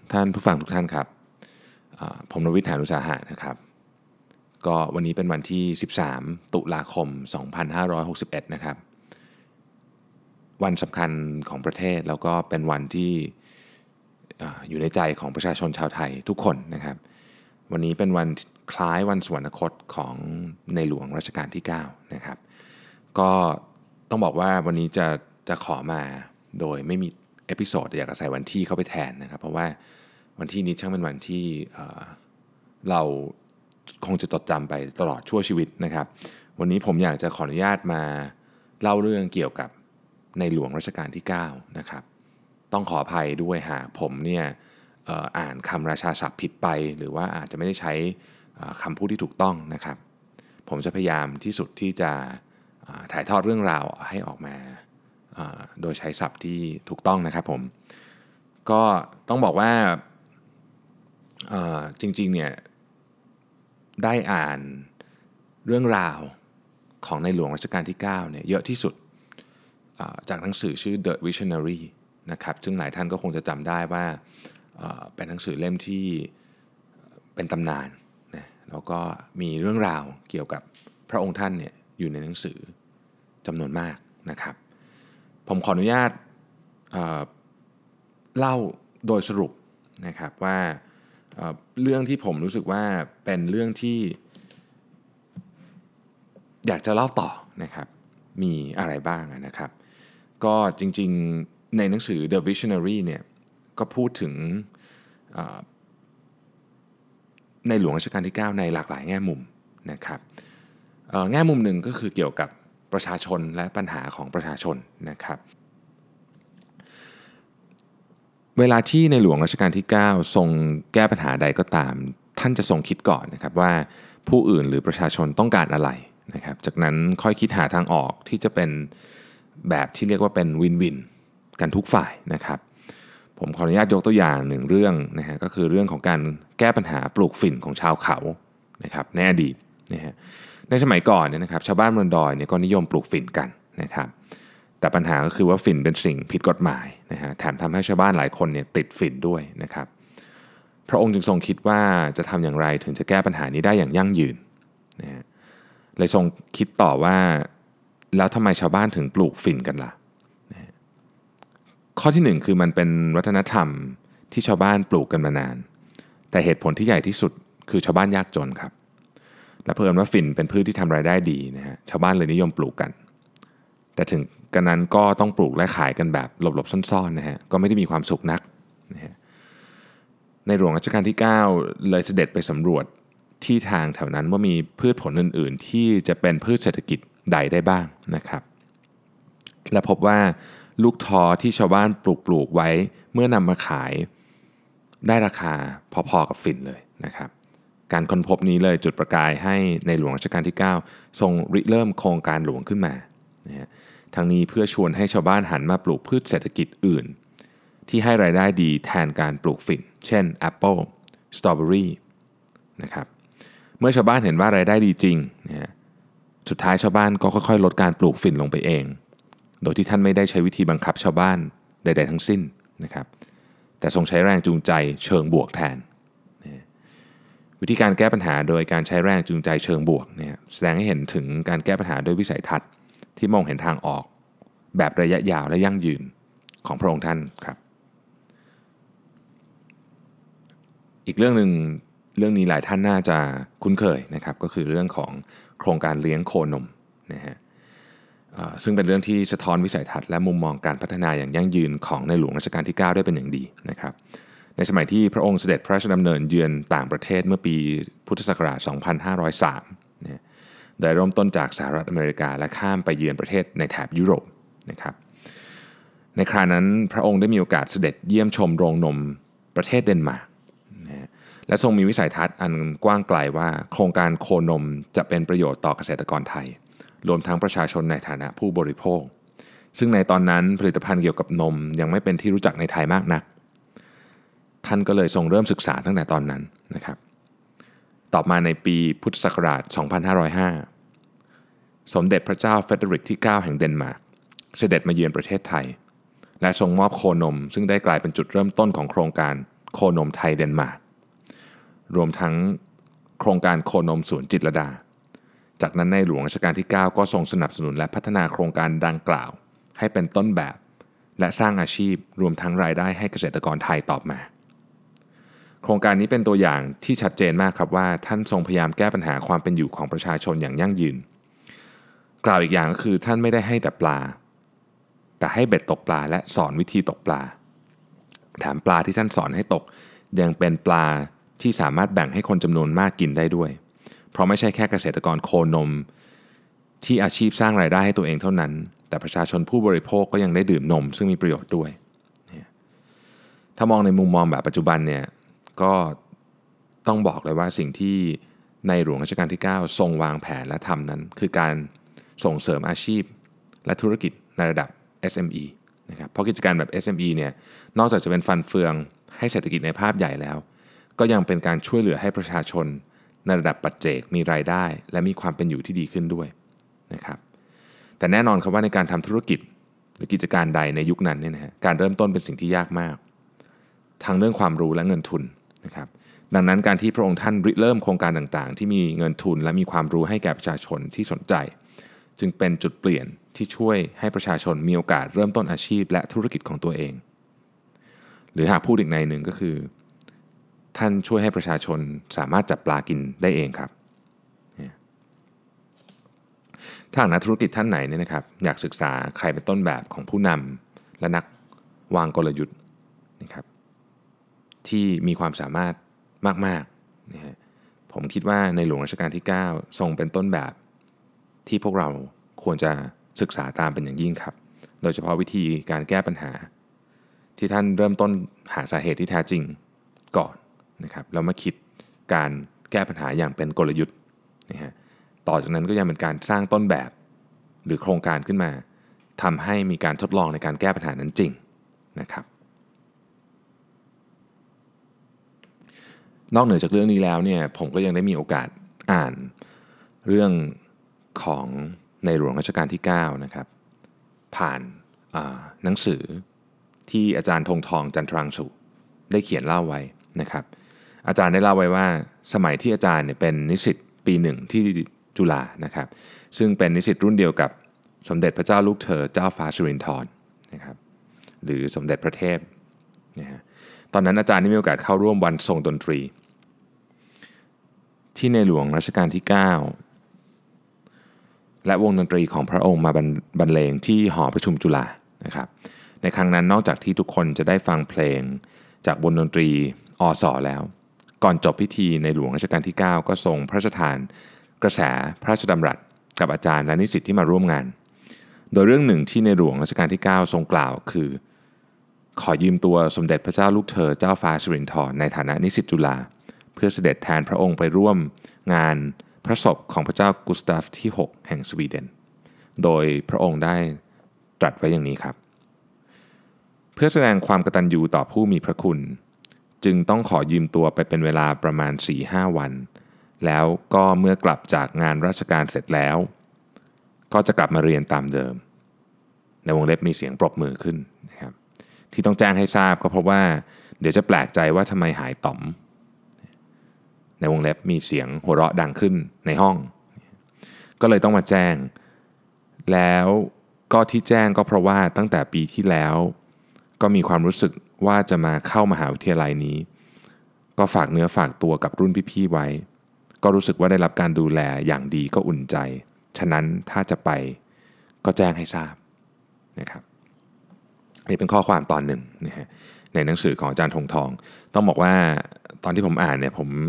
ท่านผู้ฟังทุกท่านครับผมนวิทย์ หาญอุตสาหะนะครับก็วันนี้เป็นวันที่13ตุลาคม2561นะครับวันสำคัญของประเทศแล้วก็เป็นวันที่อยู่ในใจของประชาชนชาวไทยทุกคนนะครับวันนี้เป็นวันคล้ายวันสวรรคตของในหลวงรัชกาลที่9นะครับก็ต้องบอกว่าวันนี้จะขอมาโดยไม่มีเอพิโซดอยากจะใส่วันที่เข้าไปแทนนะครับเพราะว่าวันที่นี้ช่างเป็นวันที่เราคงจะจดจำไปตลอดชั่วชีวิตนะครับวันนี้ผมอยากจะขออนุญาตมาเล่าเรื่องเกี่ยวกับในหลวงรัชกาลที่9นะครับต้องขออภัยด้วยหากผมเนี่ยอ่านคำราชาศัพท์ผิดไปหรือว่าอาจจะไม่ได้ใช้คำพูดที่ถูกต้องนะครับผมจะพยายามที่สุดที่จะถ่ายทอดเรื่องราวให้ออกมาโดยใช้ศัพท์ที่ถูกต้องนะครับผมก็ต้องบอกว่าจริงๆเนี่ยได้อ่านเรื่องราวของในหลวงรัชกาลที่9เนี่ยเยอะที่สุดจากหนังสือชื่อ The Visionary นะครับซึ่งหลายท่านก็คงจะจำได้ว่าเป็นหนังสือเล่มที่เป็นตำนานนะแล้วก็มีเรื่องราวเกี่ยวกับพระองค์ท่านเนี่ยอยู่ในหนังสือจำนวนมากนะครับผมขออนุญาตเล่าโดยสรุปนะครับว่าเรื่องที่ผมรู้สึกว่าเป็นเรื่องที่อยากจะเล่าต่อนะครับมีอะไรบ้างนะครับก็จริงๆในหนังสือ The Visionary เนี่ยก็พูดถึงในหลวงรัชกาลที่9ในหลากหลายแง่มุมนะครับแง่มุมหนึ่งก็คือเกี่ยวกับประชาชนและปัญหาของประชาชนนะครับเวลาที่ในหลวงรัชกาลที่9ทรงแก้ปัญหาใดก็ตามท่านจะทรงคิดก่อนนะครับว่าผู้อื่นหรือประชาชนต้องการอะไรนะครับจากนั้นค่อยคิดหาทางออกที่จะเป็นแบบที่เรียกว่าเป็นวินวินกันทุกฝ่ายนะครับผมขออนุญาตยกตัวอย่างหนึ่งเรื่องนะฮะก็คือเรื่องของการแก้ปัญหาปลูกฝิ่นของชาวเขานะครับในอดีตนะฮะในสมัยก่อนเนี่ยนะครับชาวบ้านบนดอยเนี่ยก็นิยมปลูกฝิ่นกันนะครับแต่ปัญหาก็คือว่าฝิ่นเป็นสิ่งผิดกฎหมายนะฮะแถมทำให้ชาวบ้านหลายคนเนี่ยติดฝิ่นด้วยนะครับพระองค์จึงทรงคิดว่าจะทำอย่างไรถึงจะแก้ปัญหานี้ได้อย่างยั่งยืนนะฮะเลยทรงคิดต่อว่าแล้วทำไมชาวบ้านถึงปลูกฝิ่นกันล่ะนะข้อที่หนึ่งคือมันเป็นวัฒนธรรมที่ชาวบ้านปลูกกันมานานแต่เหตุผลที่ใหญ่ที่สุดคือชาวบ้านยากจนครับและเพิ่มว่าฝิ่นเป็นพืชที่ทำรายได้ดีนะฮะชาวบ้านเลยนิยมปลูกกันแต่ถึงกันนั้นก็ต้องปลูกและขายกันแบบหลบๆซ่อนๆนะฮะก็ไม่ได้มีความสุขนักนะฮะในหลวงรัชกาลที่9เลยเสด็จไปสำรวจที่ทางแถวนั้นว่ามีพืชผลอื่นๆที่จะเป็นพืชเศรษฐกิจใดได้บ้างนะครับและพบว่าลูกท้อที่ชาวบ้านปลูกไว้เมื่อนำมาขายได้ราคาพอๆกับฝิ่นเลยนะครับการค้นพบนี้เลยจุดประกายให้ในหลวงรัชกาลที่9ทรงริเริ่มโครงการหลวงขึ้นมานะฮะทั้งนี้เพื่อชวนให้ชาวบ้านหันมาปลูกพืชเศรษฐกิจอื่นที่ให้รายได้ดีแทนการปลูกฝิ่นเช่นแอปเปิลสตรอเบอรี่นะครับเมื่อชาวบ้านเห็นว่ารายได้ดีจริงนะฮะสุดท้ายชาวบ้านก็ค่อยๆลดการปลูกฝิ่นลงไปเองโดยที่ท่านไม่ได้ใช้วิธีบังคับชาวบ้านใดๆทั้งสิ้นนะครับแต่ทรงใช้แรงจูงใจเชิงบวกแทนนะวิธีการแก้ปัญหาโดยการใช้แรงจูงใจเชิงบวกเนี่ยแสดงให้เห็นถึงการแก้ปัญหาโดยวิสัยทัศน์ที่มองเห็นทางออกแบบระยะยาวและยั่งยืนของพระองค์ท่านครับอีกเรื่องนึงเรื่องนี้หลายท่านน่าจะคุ้นเคยนะครับก็คือเรื่องของโครงการเลี้ยงโคนมนะฮะซึ่งเป็นเรื่องที่สะท้อนวิสัยทัศน์และมุมมองการพัฒนาอย่างยั่งยืนของในหลวงรัชกาลที่9ได้เป็นอย่างดีนะครับในสมัยที่พระองค์เสด็จพระราชดำเนินเยือนต่างประเทศเมื่อปีพุทธศักราช 2503 นะโดยเริ่มต้นจากสหรัฐอเมริกาและข้ามไปเยือนประเทศในแถบยุโรปนะครับในคราวนั้นพระองค์ได้มีโอกาสเสด็จเยี่ยมชมโรงนมประเทศเดนมาร์กนะและทรงมีวิสัยทัศน์อันกว้างไกลว่าโครงการโคนมจะเป็นประโยชน์ต่อเกษตรกรไทยรวมทั้งประชาชนในฐานะผู้บริโภคซึ่งในตอนนั้นผลิตภัณฑ์เกี่ยวกับนมยังไม่เป็นที่รู้จักในไทยมากนักท่านก็เลยทรงเริ่มศึกษาตั้งแต่ตอนนั้นนะครับต่อมาในปีพุทธศักราช 2505 สมเด็จพระเจ้าเฟเดริกที่ 9 แห่งเดนมาร์กเสด็จมาเยือนประเทศไทยและทรงมอบโคนมซึ่งได้กลายเป็นจุดเริ่มต้นของโครงการโคนมไทยเดนมาร์กรวมทั้งโครงการโคนมสวนจิตรลดาจากนั้นในหลวงรัชกาลที่ 9 ก็ทรงสนับสนุนและพัฒนาโครงการดังกล่าวให้เป็นต้นแบบและสร้างอาชีพรวมทั้งรายได้ให้เกษตรกรไทยต่อมาโครงการนี้เป็นตัวอย่างที่ชัดเจนมากครับว่าท่านทรงพยายามแก้ปัญหาความเป็นอยู่ของประชาชนอย่างยั่งยืนกล่าวอีกอย่างก็คือท่านไม่ได้ให้แต่ปลาแต่ให้เบ็ดตกปลาและสอนวิธีตกปลาแถมปลาที่ท่านสอนให้ตกยังเป็นปลาที่สามารถแบ่งให้คนจำนวนมากกินได้ด้วยเพราะไม่ใช่แค่เกษตรกรโคนมที่อาชีพสร้างรายได้ให้ตัวเองเท่านั้นแต่ประชาชนผู้บริโภคก็ยังได้ดื่มนมซึ่งมีประโยชน์ด้วยถ้ามองในมุมมองแบบปัจจุบันเนี่ยก็ต้องบอกเลยว่าสิ่งที่ในหลวงรัชกาลที่ 9 ทรงวางแผนและทำนั้นคือการส่งเสริมอาชีพและธุรกิจในระดับ SME นะครับเพราะกิจการแบบ SME เนี่ยนอกจากจะเป็นฟันเฟืองให้เศรษฐกิจในภาพใหญ่แล้วก็ยังเป็นการช่วยเหลือให้ประชาชนในระดับปัจเจกมีรายได้และมีความเป็นอยู่ที่ดีขึ้นด้วยนะครับแต่แน่นอนครับว่าในการทำธุรกิจหรือกิจการใดในยุคนั้นเนี่ยนะฮะการเริ่มต้นเป็นสิ่งที่ยากมากทั้งเรื่องความรู้และเงินทุนนะครับดังนั้นการที่พระองค์ท่านริเริ่มโครงการต่างๆที่มีเงินทุนและมีความรู้ให้แก่ประชาชนที่สนใจจึงเป็นจุดเปลี่ยนที่ช่วยให้ประชาชนมีโอกาสเริ่มต้นอาชีพและธุรกิจของตัวเองหรือหากพูดอีกในหนึ่งก็คือท่านช่วยให้ประชาชนสามารถจับปลากินได้เองครับถ้าหากนักธุรกิจท่านไหนเนี่ยนะครับอยากศึกษาใครเป็นต้นแบบของผู้นำและนักวางกลยุทธ์นะครับที่มีความสามารถมากๆนะฮะผมคิดว่าในหลวงรัชกาลที่ 9 ทรงเป็นต้นแบบที่พวกเราควรจะศึกษาตามเป็นอย่างยิ่งครับโดยเฉพาะวิธีการแก้ปัญหาที่ท่านเริ่มต้นหาสาเหตุที่แท้จริงก่อนนะครับแล้วมาคิดการแก้ปัญหาอย่างเป็นกลยุทธ์นะฮะต่อจากนั้นก็ยังเป็นการสร้างต้นแบบหรือโครงการขึ้นมาทำให้มีการทดลองในการแก้ปัญหานั้นจริงนะครับนอกเหนือจากเรื่องนี้แล้วเนี่ยผมก็ยังได้มีโอกาสอ่านเรื่องของในหลวงรัชกาลที่ 9 นะครับผ่านหนังสือที่อาจารย์ธงทองจันทรังสุได้เขียนเล่าไว้นะครับอาจารย์ได้เล่าไว้ว่าสมัยที่อาจารย์เนี่ยเป็นนิสิตปีหนึ่งที่จุฬานะครับซึ่งเป็นนิสิตรุ่นเดียวกับสมเด็จพระเจ้าลูกเธอเจ้าฟ้าสิรินธรนะครับหรือสมเด็จพระเทพนะฮะตอนนั้นอาจารย์ได้มีโอกาสเข้าร่วมวันทรงดนตรีที่ในหลวงรัชกาลที่ 9 และวงดนตรีของพระองค์มาบรรเลงที่หอประชุมจุฬานะครับในครั้งนั้นนอกจากที่ทุกคนจะได้ฟังเพลงจากวงดนตรีอส.แล้วก่อนจบพิธีในหลวงรัชกาลที่ 9 ก็ทรงพระราชทานกระแสพระราชดำรัสกับอาจารย์และนิสิตที่มาร่วมงานโดยเรื่องหนึ่งที่ในหลวงรัชกาลที่ 9 ทรงกล่าวคือขอยืมตัวสมเด็จพระเจ้าลูกเธอเจ้าฟ้าสิรินธรในฐานะนิสิตจุฬาเพื่อเสด็จแทนพระองค์ไปร่วมงานพระศพของพระเจ้ากุสตาฟที่ 6 แห่งสวีเดนโดยพระองค์ได้ตรัสไว้อย่างนี้ครับเพื่อแสดงความกตัญญูต่อผู้มีพระคุณจึงต้องขอยืมตัวไปเป็นเวลาประมาณ 4-5 วันแล้วก็เมื่อกลับจากงานราชการเสร็จแล้วก็จะกลับมาเรียนตามเดิมในวงเล็บมีเสียงปรบมือขึ้นนะครับที่ต้องแจ้งให้ทราบก็เพราะว่าเดี๋ยวจะแปลกใจว่าทำไมหายต่อมในวงเล็บมีเสียงหัวเราะดังขึ้นในห้องก็เลยต้องมาแจ้งแล้วก็ที่แจ้งก็เพราะว่าตั้งแต่ปีที่แล้วก็มีความรู้สึกว่าจะมาเข้ามหาวิทยาลัยนี้ก็ฝากเนื้อฝากตัวกับรุ่นพี่ๆไว้ก็รู้สึกว่าได้รับการดูแลอย่างดีก็อุ่นใจฉะนั้นถ้าจะไปก็แจ้งให้ทราบนะครับนี่เป็นข้อความตอนหนึ่งนะฮะในหนังสือของอาจารย์ธงทองต้องบอกว่าตอนที่ผมอ่านเนี่ยผม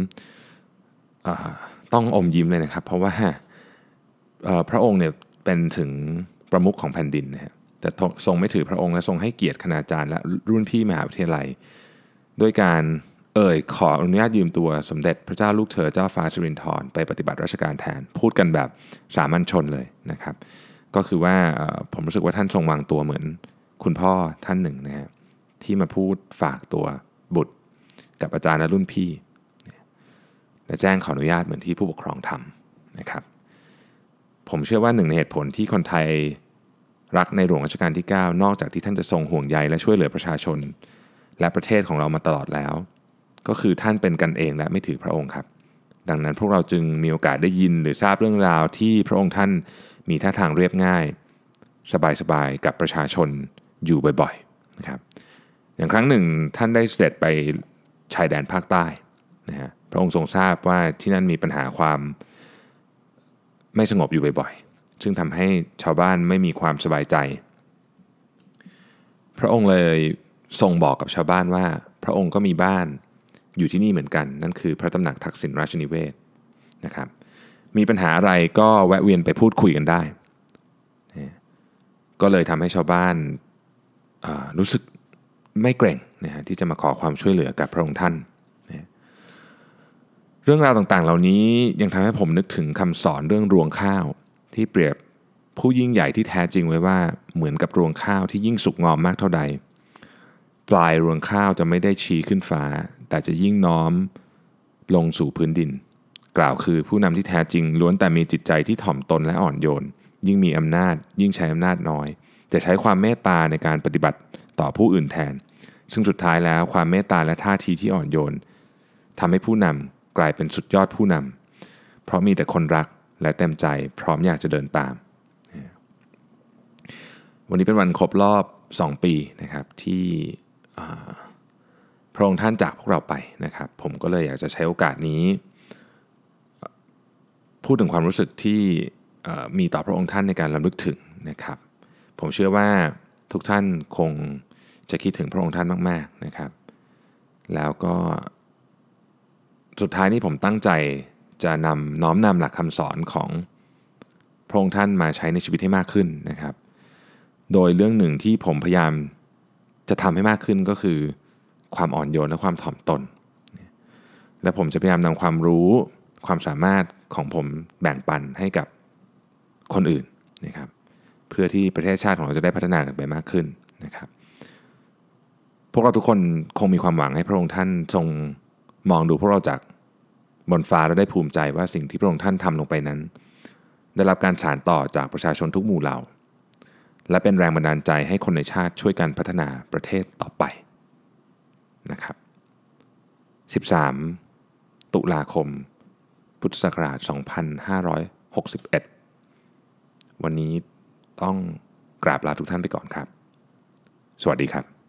ต้องอมยิ้มเลยนะครับเพราะว่าพระองค์เนี่ยเป็นถึงประมุขของแผ่นดินนะฮะแต่ทรงไม่ถือพระองค์และทรงให้เกียรติคณาจารย์และรุ่นพี่มหาวิทยาลัยด้วยการขออนุญาตยืมตัวสมเด็จพระเจ้าลูกเธอเจ้าฟ้าสิรินธรไปปฏิบัติราชการแทนพูดกันแบบสามัญชนเลยนะครับก็คือว่าผมรู้สึกว่าท่านทรงวางตัวเหมือนคุณพ่อท่านหนึ่งนะฮะที่มาพูดฝากตัวบุตรกับอาจารย์และรุ่นพี่และแจ้งขออนุญาตเหมือนที่ผู้ปกครองทำนะครับผมเชื่อว่าหนึ่งในเหตุผลที่คนไทยรักในหลวงรัชกาลที่ 9 นอกจากที่ท่านจะทรงห่วงใยและช่วยเหลือประชาชนและประเทศของเรามาตลอดแล้วก็คือท่านเป็นกันเองและไม่ถือพระองค์ครับดังนั้นพวกเราจึงมีโอกาสได้ยินหรือทราบเรื่องราวที่พระองค์ท่านมีท่าทางเรียบง่ายสบายๆกับประชาชนอยู่บ่อยๆนะครับอย่างครั้งหนึ่งท่านได้เสด็จไปชายแดนภาคใต้นะฮะพระองค์ทรงทราบว่าที่นั่นมีปัญหาความไม่สงบอยู่บ่อยๆซึ่งทำให้ชาวบ้านไม่มีความสบายใจพระองค์เลยทรงบอกกับชาวบ้านว่าพระองค์ก็มีบ้านอยู่ที่นี่เหมือนกันนั่นคือพระตำหนักทักษิณราชนิเวศนะครับมีปัญหาอะไรก็แวะเวียนไปพูดคุยกันได้ก็เลยทำให้ชาวบ้านรู้สึกไม่เกรงนะฮะที่จะมาขอความช่วยเหลือกับพระองค์ท่านนะเรื่องราวต่างๆเหล่านี้ยังทำให้ผมนึกถึงคำสอนเรื่องรวงข้าวที่เปรียบผู้ยิ่งใหญ่ที่แท้จริงไว้ว่าเหมือนกับรวงข้าวที่ยิ่งสุกงอมมากเท่าใดปลายรวงข้าวจะไม่ได้ชี้ขึ้นฟ้าแต่จะยิ่งน้อมลงสู่พื้นดินกล่าวคือผู้นำที่แท้จริงล้วนแต่มีจิตใจที่ถ่อมตนและอ่อนโยนยิ่งมีอำนาจยิ่งใช้อำนาจน้อยจะใช้ความเมตตาในการปฏิบัติต่อผู้อื่นแทนซึ่งสุดท้ายแล้วความเมตตาและท่าทีที่อ่อนโยนทำให้ผู้นำกลายเป็นสุดยอดผู้นำเพราะมีแต่คนรักและเต็มใจพร้อมอยากจะเดินตามวันนี้เป็นวันครบรอบ2 ปีนะครับที่พระองค์ท่านจากพวกเราไปนะครับผมก็เลยอยากจะใช้โอกาสนี้พูดถึงความรู้สึกที่มีต่อพระองค์ท่านในการรำลึกถึงนะครับผมเชื่อว่าทุกท่านคงจะคิดถึงพระองค์ท่านมากๆนะครับแล้วก็สุดท้ายนี้ผมตั้งใจจะน้อมนำหลักคำสอนของพระองค์ท่านมาใช้ในชีวิตให้มากขึ้นนะครับโดยเรื่องหนึ่งที่ผมพยายามจะทำให้มากขึ้นก็คือความอ่อนโยนและความถ่อมตนและผมจะพยายามนำความรู้ความสามารถของผมแบ่งปันให้กับคนอื่นนะครับเพื่อที่ประเทศชาติของเราจะได้พัฒนากันไปมากขึ้นนะครับพวกเราทุกคนคงมีความหวังให้พระองค์ท่านทรงมองดูพวกเราจากบนฟ้าและได้ภูมิใจว่าสิ่งที่พระองค์ท่านทำลงไปนั้นได้รับการสานต่อจากประชาชนทุกหมู่เหล่าและเป็นแรงบันดาลใจให้คนในชาติช่วยกันพัฒนาประเทศต่อไปนะครับ13 ตุลาคมพุทธศักราช 2561 วันนี้ต้องกราบลาทุกท่านไปก่อนครับสวัสดีครับ